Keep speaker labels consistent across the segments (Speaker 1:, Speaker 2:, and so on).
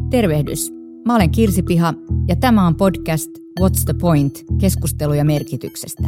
Speaker 1: Tervehdys. Mä olen Kirsi Piha ja tämä on podcast What's the Point? Keskusteluja merkityksestä.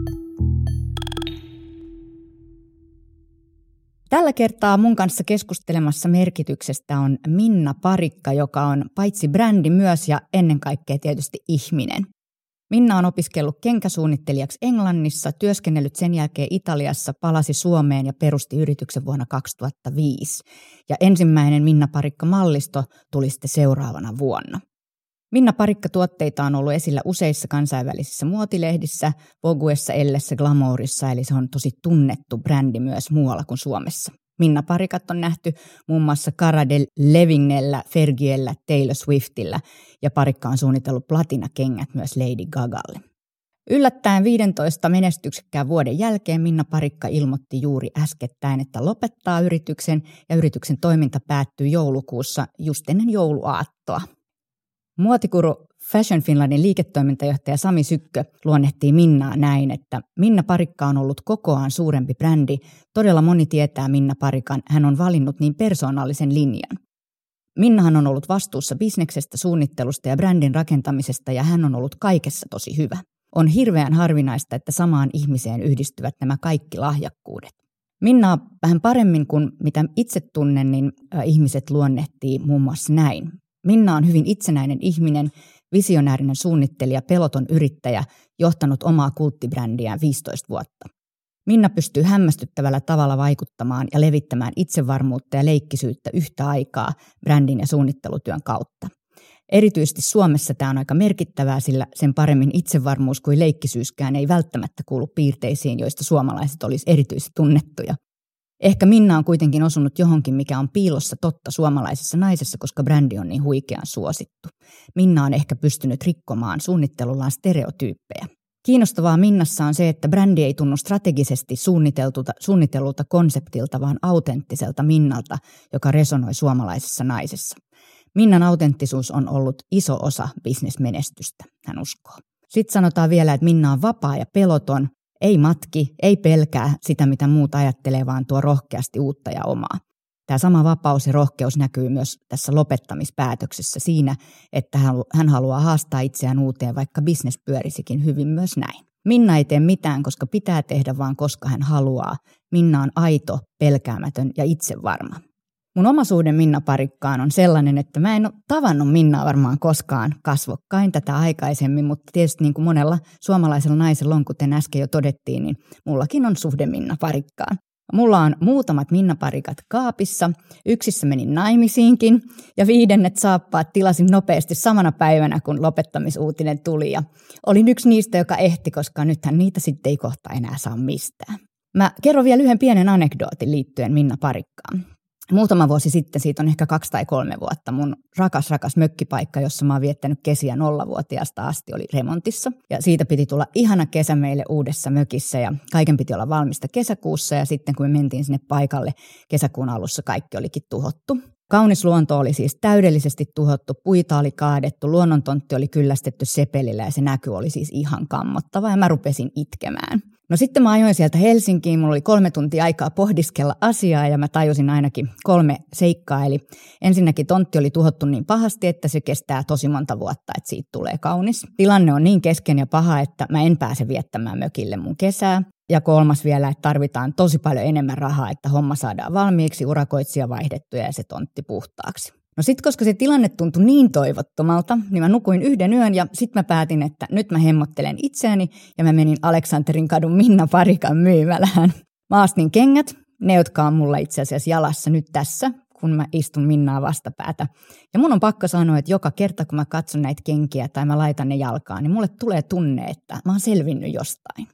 Speaker 1: Tällä kertaa mun kanssa keskustelemassa merkityksestä on Minna Parikka, joka on paitsi brändi myös ja ennen kaikkea tietysti ihminen. Minna on opiskellut kenkäsuunnittelijaksi Englannissa, työskennellyt sen jälkeen Italiassa, palasi Suomeen ja perusti yrityksen vuonna 2005. Ja ensimmäinen Minna Parikka-mallisto tuli sitten seuraavana vuonna. Minna Parikka-tuotteita on ollut esillä useissa kansainvälisissä muotilehdissä, Voguessa, Ellessä, Glamourissa, eli se on tosi tunnettu brändi myös muualla kuin Suomessa. Minna Parikat on nähty muun muassa Cara Delevingneillä, Fergiellä, Taylor Swiftillä ja Parikka on suunnitellut platinakengät myös Lady Gagalle. Yllättäen 15 menestyksekkään vuoden jälkeen Minna Parikka ilmoitti juuri äskettäin, että lopettaa yrityksen ja yrityksen toiminta päättyy joulukuussa just ennen jouluaattoa. Muotikuru Fashion Finlandin liiketoimintajohtaja Sami Sykkö luonnehtii Minnaa näin, että Minna Parikka on ollut kokoaan suurempi brändi. Todella moni tietää Minna Parikan, hän on valinnut niin persoonallisen linjan. Minnahan on ollut vastuussa bisneksestä, suunnittelusta ja brändin rakentamisesta ja hän on ollut kaikessa tosi hyvä. On hirveän harvinaista, että samaan ihmiseen yhdistyvät nämä kaikki lahjakkuudet. Minnaa vähän paremmin kuin mitä itse tunnen, niin ihmiset luonnehtii muun muassa näin. Minna on hyvin itsenäinen ihminen, visionäärinen suunnittelija, peloton yrittäjä, johtanut omaa kulttibrändiään 15 vuotta. Minna pystyy hämmästyttävällä tavalla vaikuttamaan ja levittämään itsevarmuutta ja leikkisyyttä yhtä aikaa brändin ja suunnittelutyön kautta. Erityisesti Suomessa tämä on aika merkittävää, sillä sen paremmin itsevarmuus kuin leikkisyyskään ei välttämättä kuulu piirteisiin, joista suomalaiset olisi erityisesti tunnettuja. Ehkä Minna on kuitenkin osunut johonkin, mikä on piilossa totta suomalaisessa naisessa, koska brändi on niin huikean suosittu. Minna on ehkä pystynyt rikkomaan suunnittelullaan stereotyyppejä. Kiinnostavaa Minnassa on se, että brändi ei tunnu strategisesti suunnitellulta konseptilta, vaan autenttiselta Minnalta, joka resonoi suomalaisessa naisessa. Minnan autenttisuus on ollut iso osa bisnesmenestystä, hän uskoo. Sitten sanotaan vielä, että Minna on vapaa ja peloton. Ei matki, ei pelkää sitä, mitä muut ajattelee, vaan tuo rohkeasti uutta ja omaa. Tämä sama vapaus ja rohkeus näkyy myös tässä lopettamispäätöksessä siinä, että hän haluaa haastaa itseään uuteen, vaikka bisnes pyörisikin hyvin myös näin. Minna ei tee mitään, koska pitää tehdä vaan koska hän haluaa. Minna on aito, pelkäämätön ja itsevarma. Mun oma suhde Minna Parikkaan on sellainen, että mä en ole tavannut Minnaa varmaan koskaan kasvokkain tätä aikaisemmin, mutta tietysti niin kuin monella suomalaisella naisella on, kuten äsken jo todettiin, niin mullakin on suhde Minna Parikkaan. Mulla on muutamat Minna Parikat kaapissa, yksissä menin naimisiinkin ja 5 saappaat tilasin nopeasti samana päivänä, kun lopettamisuutinen tuli. Ja olin yksi niistä, joka ehti, koska nythän niitä sitten ei kohta enää saa mistään. Mä kerron vielä yhden pienen anekdootin liittyen Minna Parikkaan. Muutama vuosi sitten, siitä on ehkä 2 tai 3 vuotta, mun rakas mökkipaikka, jossa mä oon viettänyt kesiä 0-vuotiaasta asti, oli remontissa. Ja siitä piti tulla ihana kesä meille uudessa mökissä ja kaiken piti olla valmista kesäkuussa ja sitten kun me mentiin sinne paikalle kesäkuun alussa, kaikki olikin tuhottu. Kaunis luonto oli siis täydellisesti tuhottu, puita oli kaadettu, luonnontontti oli kyllästetty sepelillä ja se näky oli siis ihan kammottava ja mä rupesin itkemään. No sitten mä ajoin sieltä Helsinkiin, mulla oli 3 tuntia aikaa pohdiskella asiaa ja mä tajusin ainakin 3 seikkaa. Eli ensinnäkin tontti oli tuhottu niin pahasti, että se kestää tosi monta vuotta, että siitä tulee kaunis. Tilanne on niin kesken ja paha, että mä en pääse viettämään mökille mun kesää. Ja 3 vielä, että tarvitaan tosi paljon enemmän rahaa, että homma saadaan valmiiksi, urakoitsija vaihdettuja ja se tontti puhtaaksi. No sitten, koska se tilanne tuntui niin toivottomalta, niin mä nukuin 1 yön ja sitten mä päätin, että nyt mä hemmottelen itseäni ja mä menin Aleksanterin kadun Minna Parikan myymälään. Mä astin kengät, ne jotka on mulla itse asiassa jalassa nyt tässä, kun mä istun Minnaa vastapäätä. Ja mun on pakko sanoa, että joka kerta kun mä katson näitä kenkiä tai mä laitan ne jalkaan, niin mulle tulee tunne, että mä oon selvinnyt jostain.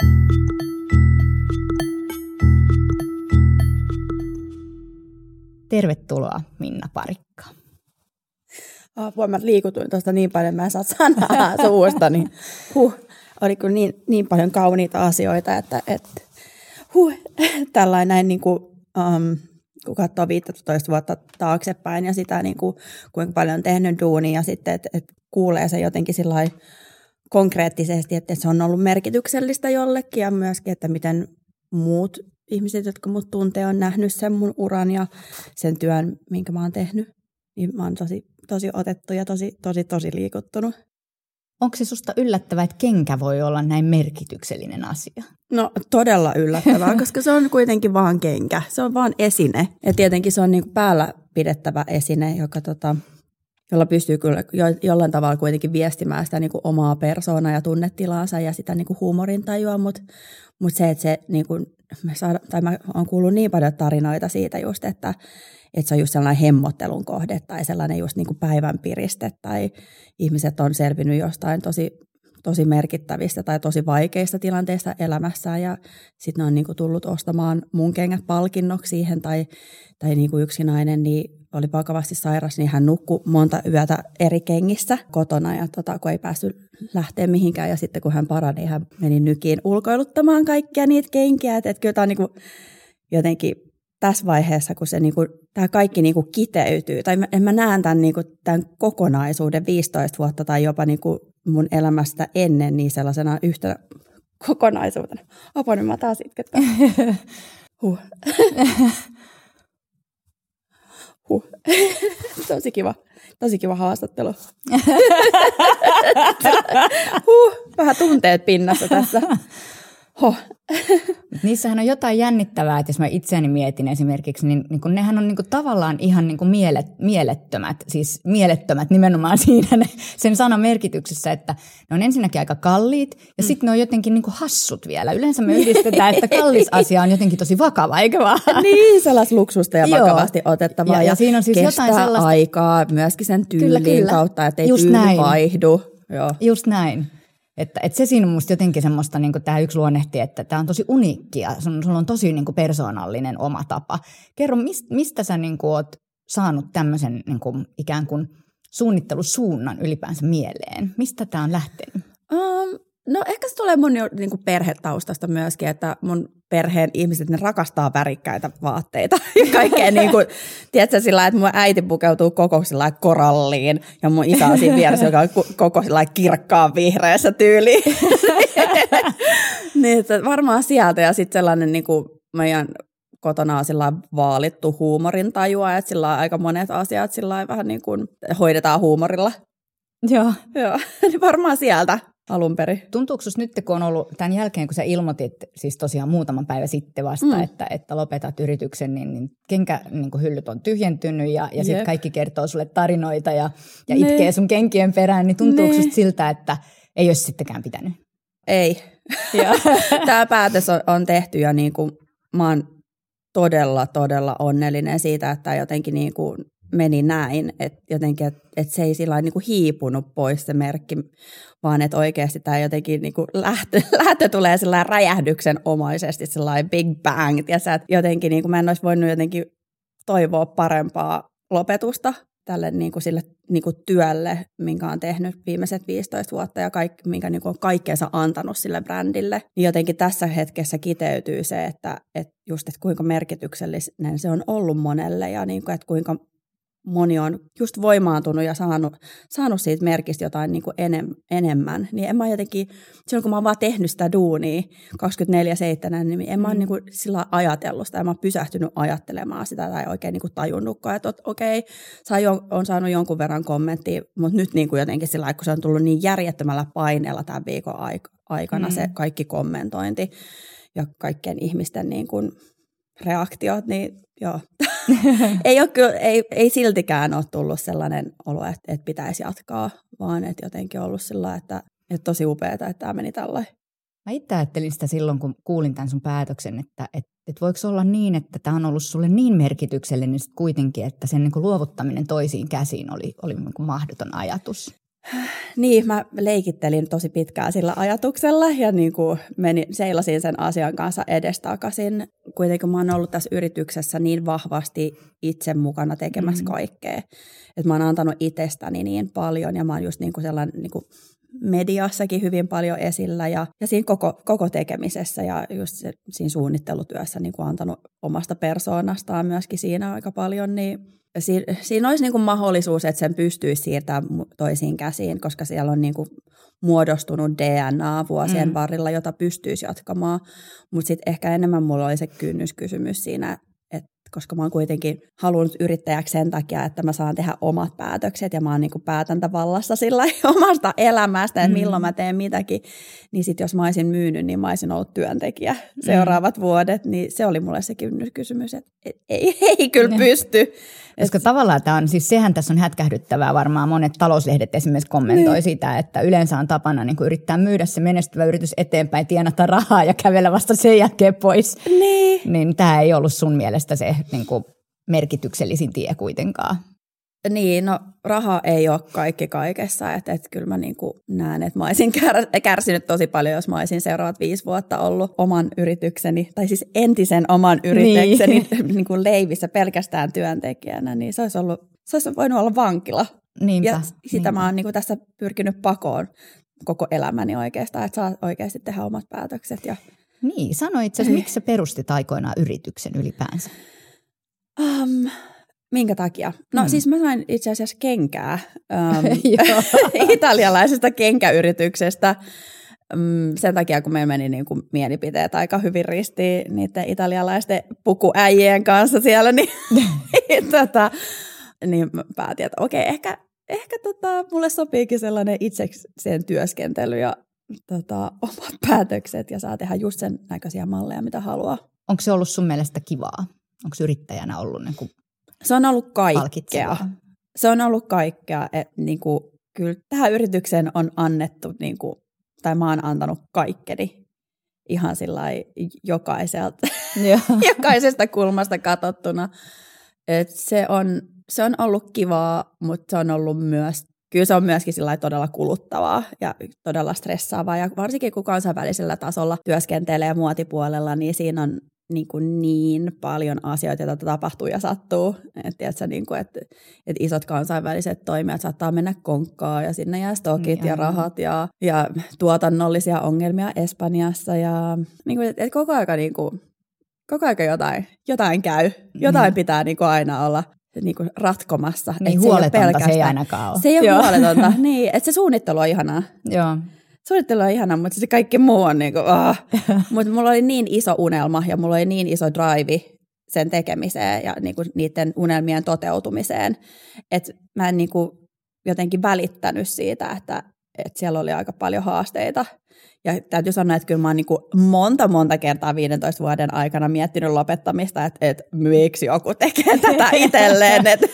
Speaker 1: Tervetuloa Minna Parikka.
Speaker 2: Apua, mä liikutuin tuosta niin paljon, mä en saa sanaa suusta, niin oli kyllä niin paljon kauniita asioita, että tällainen näin niin kuin, kun katsoo 15 vuotta taaksepäin ja sitä niin kuin, kuinka paljon on tehnyt duunia ja sitten, että kuulee se jotenkin sillai konkreettisesti, että se on ollut merkityksellistä jollekin ja myöskin, että miten muut ihmiset, jotka mut tuntee, on nähnyt sen mun uran ja sen työn, minkä mä oon tehnyt. Niin mä oon tosi tosi otettu ja tosi liikuttunut.
Speaker 1: Onko se susta yllättävää, että kenkä voi olla näin merkityksellinen asia?
Speaker 2: No todella yllättävää, koska se on kuitenkin vaan kenkä. Se on vaan esine. Ja tietenkin se on niin kuin päällä pidettävä esine, jolla pystyy kyllä jollain tavalla kuitenkin viestimään sitä niin kuin omaa persoonaa ja tunnetilaansa ja sitä niin kuin huumorintajua, mutta se, että se niin kuin mä oon kuullut niin paljon tarinoita siitä just, että se on just sellainen hemmottelun kohde tai sellainen just niin kuin päivän piriste tai ihmiset on selvinnyt jostain tosi merkittävistä tai tosi vaikeista tilanteista elämässään ja sitten ne on niin kuin tullut ostamaan mun kengät palkinnoksi siihen tai niin kuin yksi nainen niin oli vakavasti sairas, niin hän nukkui monta yötä eri kengissä kotona ja kun ei päässyt lähteä mihinkään ja sitten kun hän parani, niin hän meni nykiin ulkoiluttamaan kaikkia niitä kenkiä, että kyllä tämä on niin kuin jotenkin tässä vaiheessa, kun se niinku, tämä kaikki niinku kiteytyy, tai mä näen tämän, niinku, tämän kokonaisuuden 15 vuotta tai jopa niinku mun elämästä ennen niin sellaisena yhtenä kokonaisuutena. Apua, nyt mä taas itkettän. Tosi kiva haastattelu. Vähän tunteet pinnassa tässä.
Speaker 1: Niissähän on jotain jännittävää, että jos mä itseäni mietin esimerkiksi, niin kun nehän on niin kun tavallaan ihan niin kun mielettömät, siis mielettömät nimenomaan siinä sen sanan merkityksessä, että ne on ensinnäkin aika kalliit ja sitten ne on jotenkin niin kun hassut vielä. Yleensä me yhdistetään, että kallis asia on jotenkin tosi vakava, eikö vaan?
Speaker 2: Niin, sellaista luksusta ja vakavasti otettavaa ja siinä on siis kestää jotain sellaista aikaa myöskin sen tyylin kautta, että ei tyyli vaihdu. Joo.
Speaker 1: Just näin. Että se siinä on musta jotenkin semmoista, niin tämä yksi luonnehti, että tämä on tosi uniikkia, sulla on tosi niin kuin persoonallinen oma tapa. Kerro, mistä sä niin kuin oot saanut tämmöisen niin kuin ikään kuin suunnittelusuunnan ylipäänsä mieleen? Mistä tämä on lähtenyt?
Speaker 2: No ehkä se tulee mun niin kuin perhetaustasta myöskin, että mun perheen ihmiset, ne rakastaa värikkäitä vaatteita ja kaikkea niin kuin, tiedätkö sillä että mun äiti pukeutuu koko sillä koralliin ja mun isä on siinä vieressä, joka on koko sillä kirkkaan vihreässä tyyliin. Niin, että varmaan sieltä ja sitten sellainen niin kuin meidän kotona on sillä vaalittu huumorintajua, että sillä aika monet asiat sillä vähän niin kuin hoidetaan huumorilla.
Speaker 1: Joo,
Speaker 2: niin varmaan sieltä. Alun perin.
Speaker 1: Tuntuuko sinusta nyt, kun on ollut tämän jälkeen, kun sä ilmoitit siis tosiaan muutaman päivän sitten vasta, että lopetat yrityksen, niin kenkähyllyt on tyhjentynyt ja sitten kaikki kertoo sulle tarinoita ja itkee sun kenkien perään, niin tuntuuko sinusta siltä, että ei olisi sittenkään pitänyt?
Speaker 2: Ei. Tämä päätös on tehty ja niin kuin, mä oon todella onnellinen siitä, että jotenkin niin kuin meni näin, että jotenkin, että se ei sillä niin kuin hiipunut pois se merkki, vaan että oikeasti tämä jotenkin niin kuin lähtö tulee sellainen räjähdyksen omaisesti, sellainen big bang, ja jotenkin niin kuin mä en olisi voinut jotenkin toivoa parempaa lopetusta tälle niin kuin sille niin kuin työlle, minkä on tehnyt viimeiset 15 vuotta ja minkä niin kuin on kaikkeensa antanut sille brändille. Niin jotenkin tässä hetkessä kiteytyy se, että just että kuinka merkityksellinen se on ollut monelle ja niin kuin, että kuinka moni on just voimaantunut ja saanut siitä merkistä jotain niin kuin enemmän. Niin en mä jotenkin, silloin kun mä oon vaan tehnyt sitä duunia 24/7, niin en mä ole niin kuin sillä ajatellut sitä. En mä oon pysähtynyt ajattelemaan sitä tai oikein niin kuin tajunnutkaan, että okei, on saanut jonkun verran kommenttia, mutta nyt niin kuin jotenkin sillä kun se on tullut niin järjettömällä paineella tämän viikon aikana se kaikki kommentointi ja kaikkien ihmisten niin kuin reaktiot, niin joo. ei siltikään ole tullut sellainen olo, että pitäisi jatkaa, vaan että jotenkin ollut sillä, että tosi upeaa, että tämä meni tällainen.
Speaker 1: Mä itse ajattelin sitä silloin, kun kuulin tämän sun päätöksen, että voiko olla niin, että tämä on ollut sulle niin merkityksellinen sit kuitenkin, että sen niin kuin luovuttaminen toisiin käsiin oli niin kuin mahdoton ajatus.
Speaker 2: Niin, mä leikittelin tosi pitkään sillä ajatuksella ja niin kuin seilasin sen asian kanssa edestakaisin. Kuitenkin mä oon ollut tässä yrityksessä niin vahvasti itse mukana tekemässä kaikkea, että mä oon antanut itsestäni niin paljon ja mä oon just niin kuin sellainen niin kuin mediassakin hyvin paljon esillä ja siinä koko tekemisessä ja just siinä suunnittelutyössä niin kuin antanut omasta persoonastaan myöskin siinä aika paljon, niin siinä olisi niin kuin mahdollisuus, että sen pystyisi siirtämään toisiin käsiin, koska siellä on niin kuin muodostunut DNA vuosien varrella, jota pystyisi jatkamaan. Mutta sitten ehkä enemmän mulla oli se kynnyskysymys siinä, että koska mä oon kuitenkin halunnut yrittäjäksi sen takia, että mä saan tehdä omat päätökset ja mä oon niin kuin päätäntävallassa sillä omasta elämästä, että milloin mä teen mitäkin. Niin sit jos mä olisin myynyt, niin mä olisin ollut työntekijä seuraavat vuodet, niin se oli mulle se kysymys, että ei kyllä pysty.
Speaker 1: Koska tavallaan tämä on, siis sehän tässä on hätkähdyttävää varmaan. Monet talouslehdet esimerkiksi kommentoi sitä, että yleensä on tapana niin kuin yrittää myydä se menestyvä yritys eteenpäin, tienata rahaa ja kävellä vasta sen jälkeen pois. Niin tämä ei ollut sun mielestä se niin kuin merkityksellisin tie kuitenkaan.
Speaker 2: Niin, no raha ei ole kaikki kaikessa, että kyllä mä niin kuin näen, että mä olisin kärsinyt tosi paljon, jos mä olisin seuraavat 5 vuotta ollut oman yritykseni, tai siis entisen oman yritykseni niin kuin leivissä pelkästään työntekijänä, niin se olisi voinut olla vankila.
Speaker 1: Niinpä,
Speaker 2: ja sitä mä oon niin kuin tässä pyrkinyt pakoon koko elämäni oikeastaan, että saa oikeasti tehdä omat päätökset. Ja
Speaker 1: niin, sano itse asiassa, miksi sä perustit aikoinaan yrityksen ylipäänsä?
Speaker 2: Minkä takia? No siis mä sain itse asiassa kenkää italialaisesta kenkäyrityksestä sen takia, kun me meni niin kuin mielipiteet aika hyvin ristiin niiden italialaisten pukuäijien kanssa siellä, niin, niin mä päätin, että okei, ehkä mulle sopiikin sellainen itsekseen työskentely ja omat päätökset ja saa tehdä just sen näköisiä malleja, mitä haluaa.
Speaker 1: Onko se ollut sun mielestä kivaa? Onko yrittäjänä ollut niin kuin
Speaker 2: se on ollut kaikkea. Se on ollut kaikkea. Niin kuin, kyllä tähän yritykseen on annettu, niin kuin, tai mä oon antanut kaikkeni ihan sillai jokaisesta kulmasta katsottuna. Et se on ollut kivaa, mutta se on ollut myös, kyllä se on myöskin sillai todella kuluttavaa ja todella stressaavaa. Ja varsinkin kun kansainvälisellä tasolla työskentelee muotipuolella, niin siinä on niin paljon asioita, joita tapahtuu ja sattuu. Että isot kansainväliset toimijat saattaa mennä konkkaan ja sinne jää stokit ja rahat ja tuotannollisia ongelmia Espanjassa. Ja että koko aika jotain käy. Jotain pitää aina olla ratkomassa.
Speaker 1: Niin huoletonta se ei ainakaan ole.
Speaker 2: Se ei ole huoletonta. Niin, että se suunnittelu on ihanaa.
Speaker 1: Joo.
Speaker 2: Suunnittelu on ihanaa, mutta se kaikki muu on Mutta mulla oli niin iso unelma ja mulla oli niin iso drive sen tekemiseen ja niiden unelmien toteutumiseen, että mä en jotenkin välittänyt siitä, että siellä oli aika paljon haasteita. Ja täytyy sanoa, että kyllä mä oon monta kertaa 15 vuoden aikana miettinyt lopettamista, että miksi joku tekee tätä itselleen, että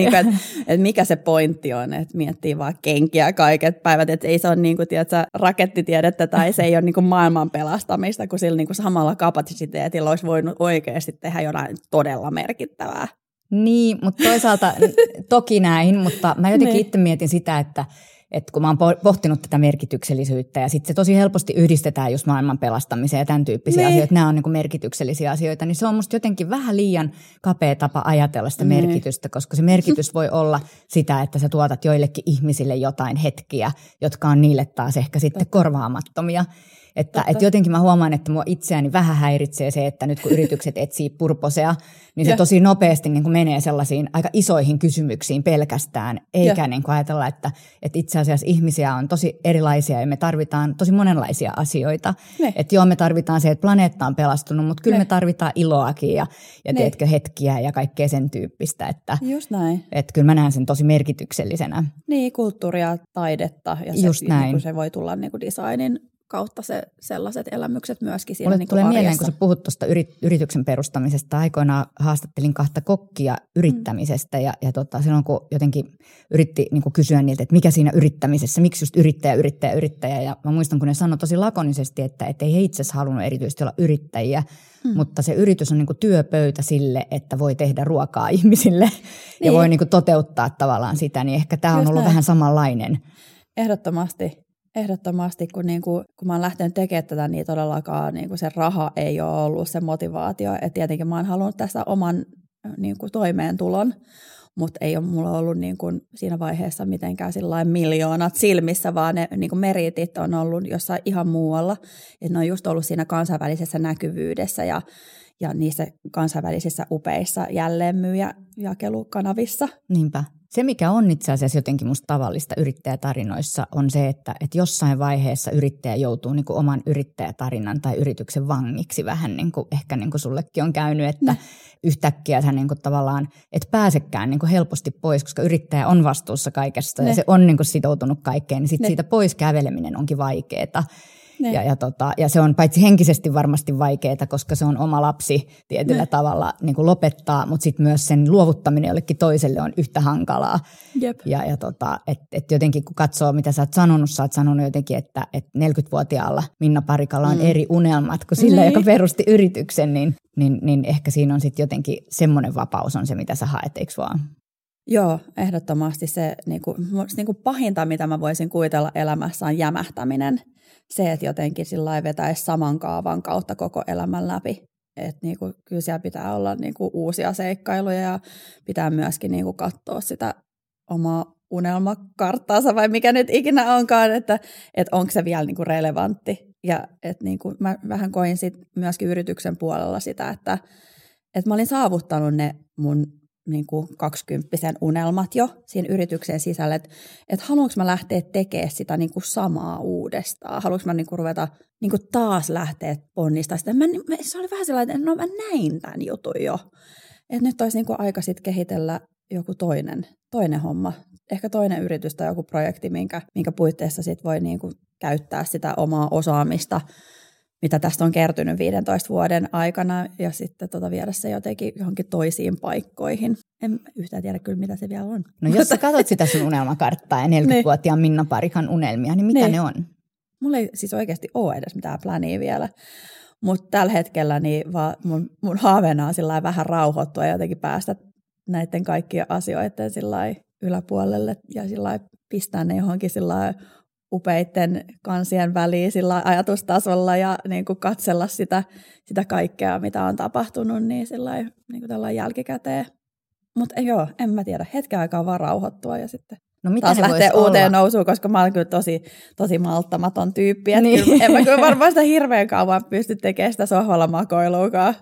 Speaker 2: mikä se pointti on, että miettii vaan kenkiä kaiket päivät, että ei se ole rakettitiedettä tai se ei ole maailman pelastamista, kun sillä samalla kapasiteetilla olisi voinut oikeasti tehdä jotain todella merkittävää.
Speaker 1: Niin, mutta toisaalta toki näin, mutta mä jotenkin itse mietin sitä, että kun mä oon pohtinut tätä merkityksellisyyttä ja sitten se tosi helposti yhdistetään just maailman pelastamiseen ja tämän tyyppisiä asioita, nämä on merkityksellisiä asioita, niin se on musta jotenkin vähän liian kapea tapa ajatella sitä merkitystä, koska se merkitys voi olla sitä, että sä tuotat joillekin ihmisille jotain hetkiä, jotka on niille taas ehkä sitten korvaamattomia. Että jotenkin mä huomaan, että mua itseäni vähän häiritsee se, että nyt kun yritykset etsii purposea, niin se tosi nopeasti menee sellaisiin aika isoihin kysymyksiin pelkästään, eikä ajatella, että itse asiassa ihmisiä on tosi erilaisia ja me tarvitaan tosi monenlaisia asioita. Että joo, me tarvitaan se, että planeetta on pelastunut, mutta kyllä me tarvitaan iloakin ja tiedätkö, hetkiä ja kaikkea sen tyyppistä. Että,
Speaker 2: just näin.
Speaker 1: Että kyllä mä näen sen tosi merkityksellisenä.
Speaker 2: Niin, kulttuuria, taidetta ja
Speaker 1: just näin.
Speaker 2: Se voi tulla designin kautta sellaiset elämykset myöskin siinä
Speaker 1: mulle tulee mieleen, kun sä puhut tuosta yrityksen perustamisesta. Aikoinaan haastattelin 2 kokkia yrittämisestä ja silloin kun jotenkin yritti kysyä niiltä, että mikä siinä yrittämisessä, miksi just yrittäjä. Ja mä muistan, kun ne sanoi tosi lakonisesti, että ei he itse asiassa halunnut erityisesti olla yrittäjiä, mutta se yritys on työpöytä sille, että voi tehdä ruokaa ihmisille ja voi toteuttaa tavallaan sitä. Niin ehkä tämä on ollut vähän samanlainen.
Speaker 2: Ehdottomasti, kun mä oon lähtenyt tekemään tätä, niin todellakaan se raha ei ole ollut se motivaatio. Et tietenkin mä oon halunnut tässä oman toimeentulon, mutta ei ole mulla ollut siinä vaiheessa mitenkään miljoonat silmissä, vaan ne meritit on ollut jossain ihan muualla. Et ne on just ollut siinä kansainvälisessä näkyvyydessä ja niissä kansainvälisissä upeissa jälleenmyyjäjakelukanavissa.
Speaker 1: Niinpä. Se, mikä on itse asiassa jotenkin musta tavallista yrittäjätarinoissa, on se, että jossain vaiheessa yrittäjä joutuu niin kuin oman yrittäjätarinan tai yrityksen vangiksi vähän, niin kuin, ehkä niin kuin sullekin on käynyt, että yhtäkkiä sä niin kuin tavallaan et pääsekään niin kuin helposti pois, koska yrittäjä on vastuussa kaikesta ja se on niin kuin sitoutunut kaikkeen, niin sit siitä pois käveleminen onkin vaikeaa. Ja se on paitsi henkisesti varmasti vaikeaa, koska se on oma lapsi tietyllä tavalla niin kuin lopettaa, mutta sitten myös sen luovuttaminen jollekin toiselle on yhtä hankalaa.
Speaker 2: Jep.
Speaker 1: Et jotenkin kun katsoo, mitä sä oot sanonut jotenkin, että 40-vuotiaalla Minna Parikalla on eri unelmat kuin sillä, joka perusti yrityksen, niin ehkä siinä on sitten jotenkin semmoinen vapaus on se, mitä sä haet, eikö vaan?
Speaker 2: Joo, ehdottomasti se niinku pahinta, mitä mä voisin kuvitella elämässä on jämähtäminen. Se, että jotenkin sillä vetäisi saman kaavan kautta koko elämän läpi. Että niinku, kyllä siellä pitää olla niinku uusia seikkailuja ja pitää myöskin niinku katsoa sitä omaa unelmakarttaansa vai mikä nyt ikinä onkaan, että onko se vielä niinku relevantti. Ja että niinku, mä vähän koin sit myöskin yrityksen puolella sitä, että mä olin saavuttanut ne mun niinku 20-vuotiaan unelmat jo siinä yrityksen sisällä, että haluanko mä lähteä tekemään sitä niinku samaa uudestaan, haluanko mä niinku ruveta niinku taas lähteä ponnistaa sitä. Se oli vähän sellainen, että mä näin tämän jutun jo, että nyt olisi niinku aika sitten kehitellä joku toinen homma, ehkä toinen yritys tai joku projekti, minkä puitteissa sit voi niinku käyttää sitä omaa osaamista, mitä tästä on kertynyt 15 vuoden aikana, ja sitten viedä se jotenkin johonkin toisiin paikkoihin. En yhtään tiedä kyllä, mitä se vielä on.
Speaker 1: No jos sä katsot sitä sun unelmakarttaa ja 40-vuotiaan Minna Parikan unelmia, niin mitä ne on?
Speaker 2: Mulla ei siis oikeasti ole edes mitään pläniä vielä, mutta tällä hetkellä niin vaan mun haaveena on sillai vähän rauhoittua ja jotenkin päästä näiden kaikkien asioiden sillai yläpuolelle ja sillai pistää ne johonkin sillai upeitten kansien väliin sillä ajatustasolla ja niin kuin katsella sitä kaikkea, mitä on tapahtunut, niin sillä niin tällä jälkikäteen. Mutta joo, en mä tiedä. Hetken aikaa vaan rauhoittua ja sitten taas lähtee uuteen nousuun, koska mä olen kyllä tosi malttamaton tyyppi. Niin. Kyllä, en mä kyllä varmaan sitä hirveän kauan pysty tekemään sitä sohvalla makoiluukaan.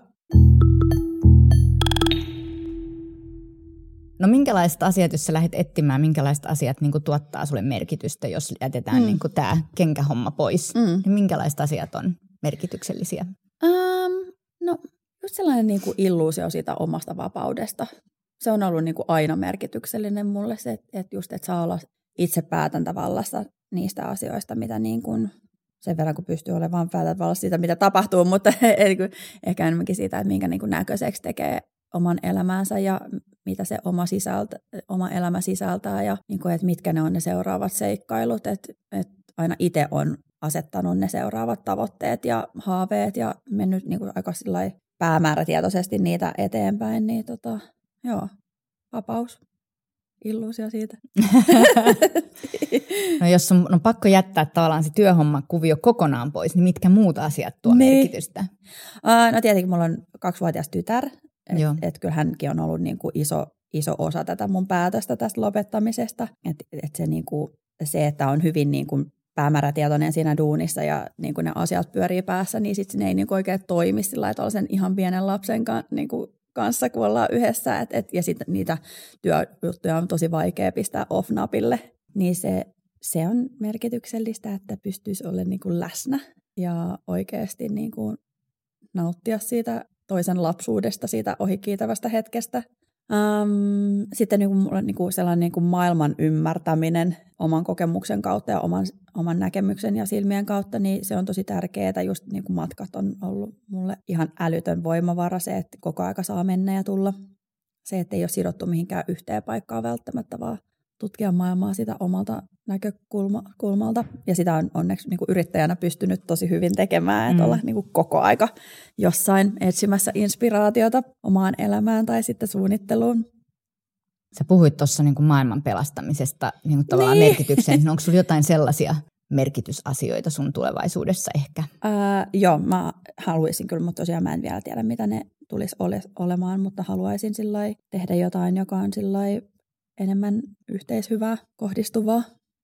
Speaker 1: No minkälaiset asiat, jos sä lähdet etsimään, minkälaiset asiat niin kuin tuottaa sulle merkitystä, jos jätetään niin kuin tämä kenkähomma pois, niin minkälaiset asiat on merkityksellisiä?
Speaker 2: No just sellainen niin kuin illuusio siitä omasta vapaudesta. Se on ollut niin kuin aina merkityksellinen mulle se, että just että saa olla itse päätäntävallassa niistä asioista, mitä niin kuin sen verran kun pystyy olemaan päätäntävallassa siitä, mitä tapahtuu, mutta ehkä enemmänkin siitä, että minkä niin kuin näköiseksi tekee oman elämänsä ja mitä se oma elämä sisältää ja niin kuin, että mitkä ne on ne seuraavat seikkailut. Että aina itse on asettanut ne seuraavat tavoitteet ja haaveet ja mennyt niin kuin aika päämäärätietoisesti niitä eteenpäin. Niin joo, vapaus, illuusio siitä.
Speaker 1: No jos on pakko jättää tavallaan se työhommakuvio kokonaan pois, niin mitkä muut asiat tuo merkitystä?
Speaker 2: No tietenkin mulla on 2-vuotias tytär. Että kyllä hänkin on ollut niinku iso osa tätä mun päätöstä tästä lopettamisesta. Että se, että on hyvin niinku päämäärätietoinen siinä duunissa ja niinku ne asiat pyörii päässä, niin sitten ne ei niinku oikein toimi sillä tavalla sen ihan pienen lapsen kanssa, kun ollaan yhdessä. Ja sitten niitä työjuttuja on tosi vaikea pistää off-napille. Niin se on merkityksellistä, että pystyisi olemaan niinku läsnä ja oikeasti niinku nauttia siitä toisen lapsuudesta, siitä ohikiitävästä hetkestä. Sitten mulla sellainen maailman ymmärtäminen oman kokemuksen kautta ja oman näkemyksen ja silmien kautta, niin se on tosi tärkeää. Just matkat on ollut mulle ihan älytön voimavara, se, että koko aika saa mennä ja tulla. Se, että ei ole sidottu mihinkään yhteen paikkaan välttämättä, vaan tutkia maailmaa sitä omalta näkökulmalta. Ja sitä on onneksi yrittäjänä pystynyt tosi hyvin tekemään, että olla koko aika jossain etsimässä inspiraatiota omaan elämään tai sitten suunnitteluun.
Speaker 1: Sä puhuit tuossa maailman pelastamisesta tavallaan merkitykseen. Onko sulla jotain sellaisia merkitysasioita sun tulevaisuudessa ehkä?
Speaker 2: Joo, mä haluaisin kyllä, mutta tosiaan mä en vielä tiedä, mitä ne tulisi olemaan, mutta haluaisin tehdä jotain, joka on enemmän yhteishyvää kohdistuvaa.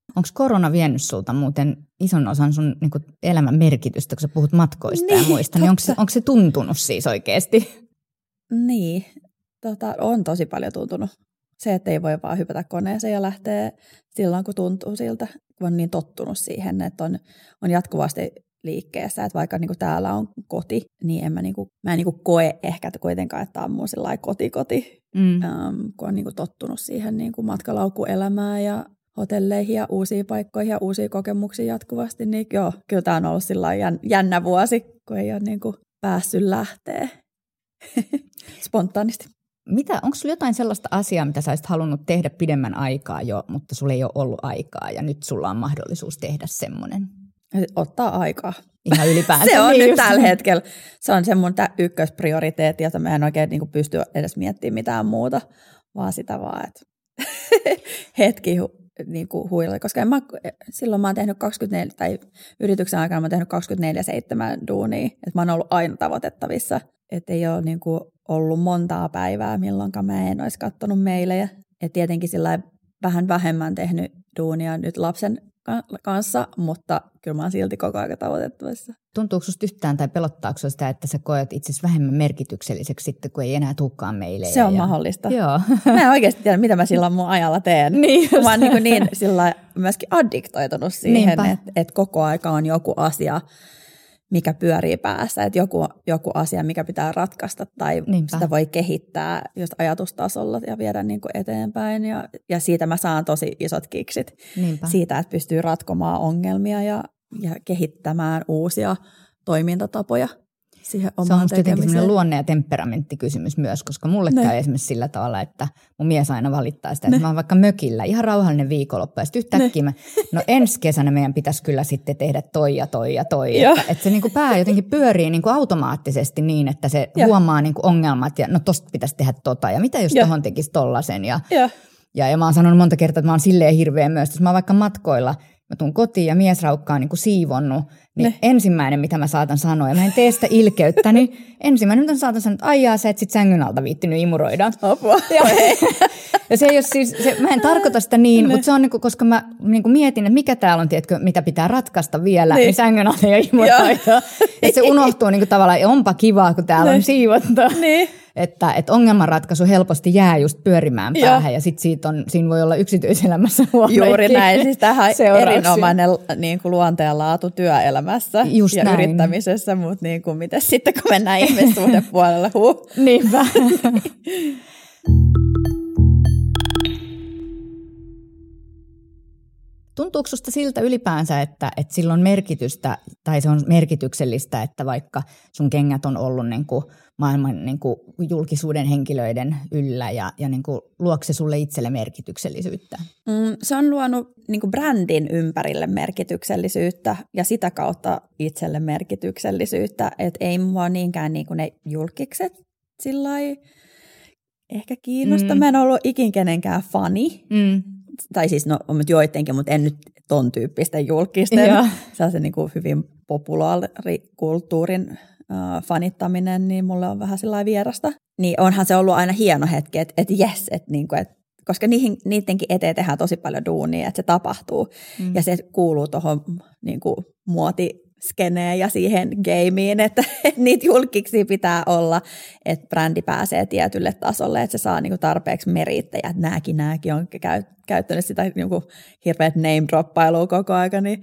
Speaker 1: Onko korona vienyt sulta muuten ison osan sun niin kuin elämän merkitystä, kun sä puhut matkoista ja muista, niin onko se tuntunut siis oikeasti?
Speaker 2: Niin, on tosi paljon tuntunut. Se, että ei voi vaan hypätä koneeseen ja lähteä silloin, kun tuntuu siltä, kun on niin tottunut siihen, että on jatkuvasti liikkeessä. Että vaikka niin kuin täällä on koti, niin mä en koe ehkä että kuitenkaan, että tämä on mun sellainen koti, kun on niin kuin tottunut siihen niin kuin matkalaukuelämään ja hotelleihin ja uusiin paikkoihin ja uusia kokemuksia jatkuvasti. Niin joo, kyllä tämä on ollut sellainen jännä vuosi, kun ei ole niin kuin päässyt lähteä spontaanisti.
Speaker 1: Onko sulla jotain sellaista asiaa, mitä sä olisit halunnut tehdä pidemmän aikaa jo, mutta sulla ei ole ollut aikaa ja nyt sulla on mahdollisuus tehdä semmoinen?
Speaker 2: Ottaa aikaa.
Speaker 1: Ihan ylipäänsä.
Speaker 2: Se on niin nyt tällä hetkellä. Se on se mun ykkösprioriteetti, jota mä en oikein niin kuin pysty edes miettimään mitään muuta, vaan sitä vaan, että hetki niin kuin huilla. Koska silloin mä oon tehnyt 24, tai yrityksen aikana mä oon tehnyt 24/7 duunia, että mä oon ollut aina tavoitettavissa. Että ei ole niin kuin ollut montaa päivää, milloinkaan mä en olisi katsonut mailejä. Et tietenkin sillä vähän vähemmän tehnyt duunia nyt lapsen kanssa, mutta kyllä mä oon silti koko ajan tavoitettavissa.
Speaker 1: Tuntuuko susta yhtään tai pelottaako sitä, että sä koet itse asiassa vähemmän merkitykselliseksi sitten, kun ei enää tulekaan meilejä?
Speaker 2: Se on mahdollista.
Speaker 1: Joo.
Speaker 2: Mä en oikeasti tiedä, mitä mä silloin mun ajalla teen.
Speaker 1: Niin
Speaker 2: mä oon niin sillä myöskin addiktoitunut siihen, että koko aika on joku asia, mikä pyörii päässä, että joku asia, mikä pitää ratkaista tai sitä voi kehittää just ajatustasolla ja viedä niin kuin eteenpäin. Ja siitä mä saan tosi isot kiksit.
Speaker 1: Niinpä.
Speaker 2: Siitä, että pystyy ratkomaan ongelmia ja kehittämään uusia toimintatapoja siihen omaan
Speaker 1: tekemiseen. Se on musta jotenkin sellainen luonne- ja temperamenttikysymys myös, koska mulle käy esimerkiksi sillä tavalla, että mun mies aina valittaa sitä, että mä oon vaikka mökillä, ihan rauhallinen viikonloppu, ja sitten yhtäkkiä ensi kesänä meidän pitäisi kyllä sitten tehdä toi ja toi ja toi, että se niinku pää jotenkin pyörii niinku automaattisesti niin, että se huomaa niinku ongelmat, ja no tosta pitäisi tehdä ja mitä jos tohon tekisi tollasen, ja mä oon sanonut monta kertaa, että mä oon silleen hirveä myös, jos mä oon vaikka matkoilla, mä tuun kotiin ja mies raukkaa niin kuin siivonnut, niin ensimmäinen, mitä mä saatan sanoa, ja mä en tee sitä ilkeyttä, niin ensimmäinen, mitä mä saatan sanoa, että aijaa, sä et sit sängyn alta viittinyt imuroida.
Speaker 2: Apua.
Speaker 1: Ja se ei ole siis, mä en tarkoita sitä niin, mutta se on, niin kuin, koska mä niin kuin mietin, että mikä täällä on, tiedätkö, mitä pitää ratkaista vielä, niin sängyn alta ei imuroida. Että se unohtuu niin kuin tavallaan, ja onpa kivaa, kun täällä on siivottu.
Speaker 2: Niin.
Speaker 1: Että ongelmanratkaisu helposti jää just pyörimään päähän ja sitten siinä voi olla yksityiselämässä huonoja.
Speaker 2: Juuri näin, siis tähän erinomainen niin kuin luonteenlaatu työelämässä just ja näin. Yrittämisessä, mutta niin kuin, miten sitten kun mennään ihmissuhdepuolelle?
Speaker 1: Niinpä. Tuntuuko susta siltä ylipäänsä, että sillä on merkitystä tai se on merkityksellistä, että vaikka sun kengät on ollut niin kuin maailman niin kuin julkisuuden henkilöiden yllä ja niin kuin luoko se sulle itselle merkityksellisyyttä?
Speaker 2: Se on luonut niin kuin brändin ympärille merkityksellisyyttä ja sitä kautta itselle merkityksellisyyttä, että ei mua niinkään niin kuin ne julkikset sillai ehkä kiinnosta. Mä en ollut ikin kenenkään fani. Tai siis no on nyt joidenkin, mutta en nyt ton tyyppisten julkisten. Sellaisen niin kuin hyvin populaarikulttuurin fanittaminen, niin mulle on vähän sellainen vierasta. Niin onhan se ollut aina hieno hetki, että jes, että niinku, koska niidenkin eteen tehdään tosi paljon duunia, että se tapahtuu. Ja se kuuluu tuohon niinku muotiskeneen ja siihen gameen, että niitä julkiksi pitää olla, että brändi pääsee tietylle tasolle, että se saa niinku tarpeeksi merittejä, että nämäkin on käyttänyt sitä niinku hirveät name-droppailua koko aika, niin